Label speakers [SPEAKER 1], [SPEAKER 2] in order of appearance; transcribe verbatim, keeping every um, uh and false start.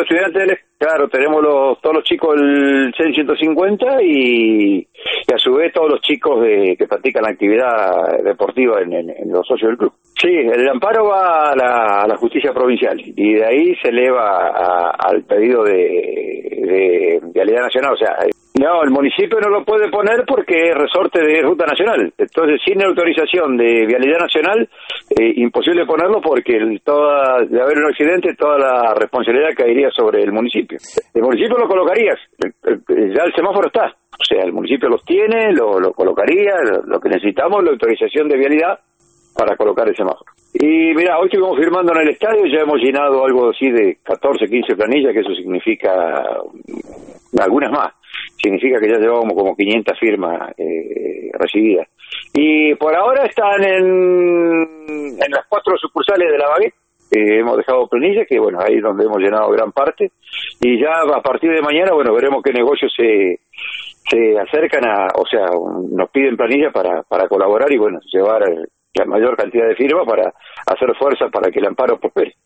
[SPEAKER 1] los estudiantes, del, claro, tenemos los, todos los chicos del C E N ciento cincuenta y, y a su vez todos los chicos de, que practican la actividad deportiva en, en, en los socios del club. Sí, el amparo va a la, a la justicia provincial y de ahí se eleva a, al pedido de, de Vialidad Nacional, o sea, no, el municipio no lo puede poner porque es resorte de Ruta Nacional. Entonces, sin autorización de Vialidad Nacional, eh, imposible ponerlo porque el, toda, de haber un accidente, toda la responsabilidad caería sobre el municipio. El municipio lo colocaría, ya el semáforo está. O sea, el municipio los tiene, lo, lo colocaría, lo, lo que necesitamos es la autorización de Vialidad para colocar el semáforo. Y mira, hoy estuvimos firmando en el estadio, ya hemos llenado algo así de catorce, quince planillas, que eso significa algunas más. Significa que ya llevamos como quinientas firmas eh, recibidas. Y por ahora están en, en las cuatro sucursales de la Baguette. Eh, hemos dejado planillas, que bueno, ahí es donde hemos llenado gran parte. Y ya a partir de mañana, bueno, veremos qué negocios se, se acercan a, o sea, nos piden planillas para, para colaborar y bueno, llevar la mayor cantidad de firmas para hacer fuerza para que el amparo prospere.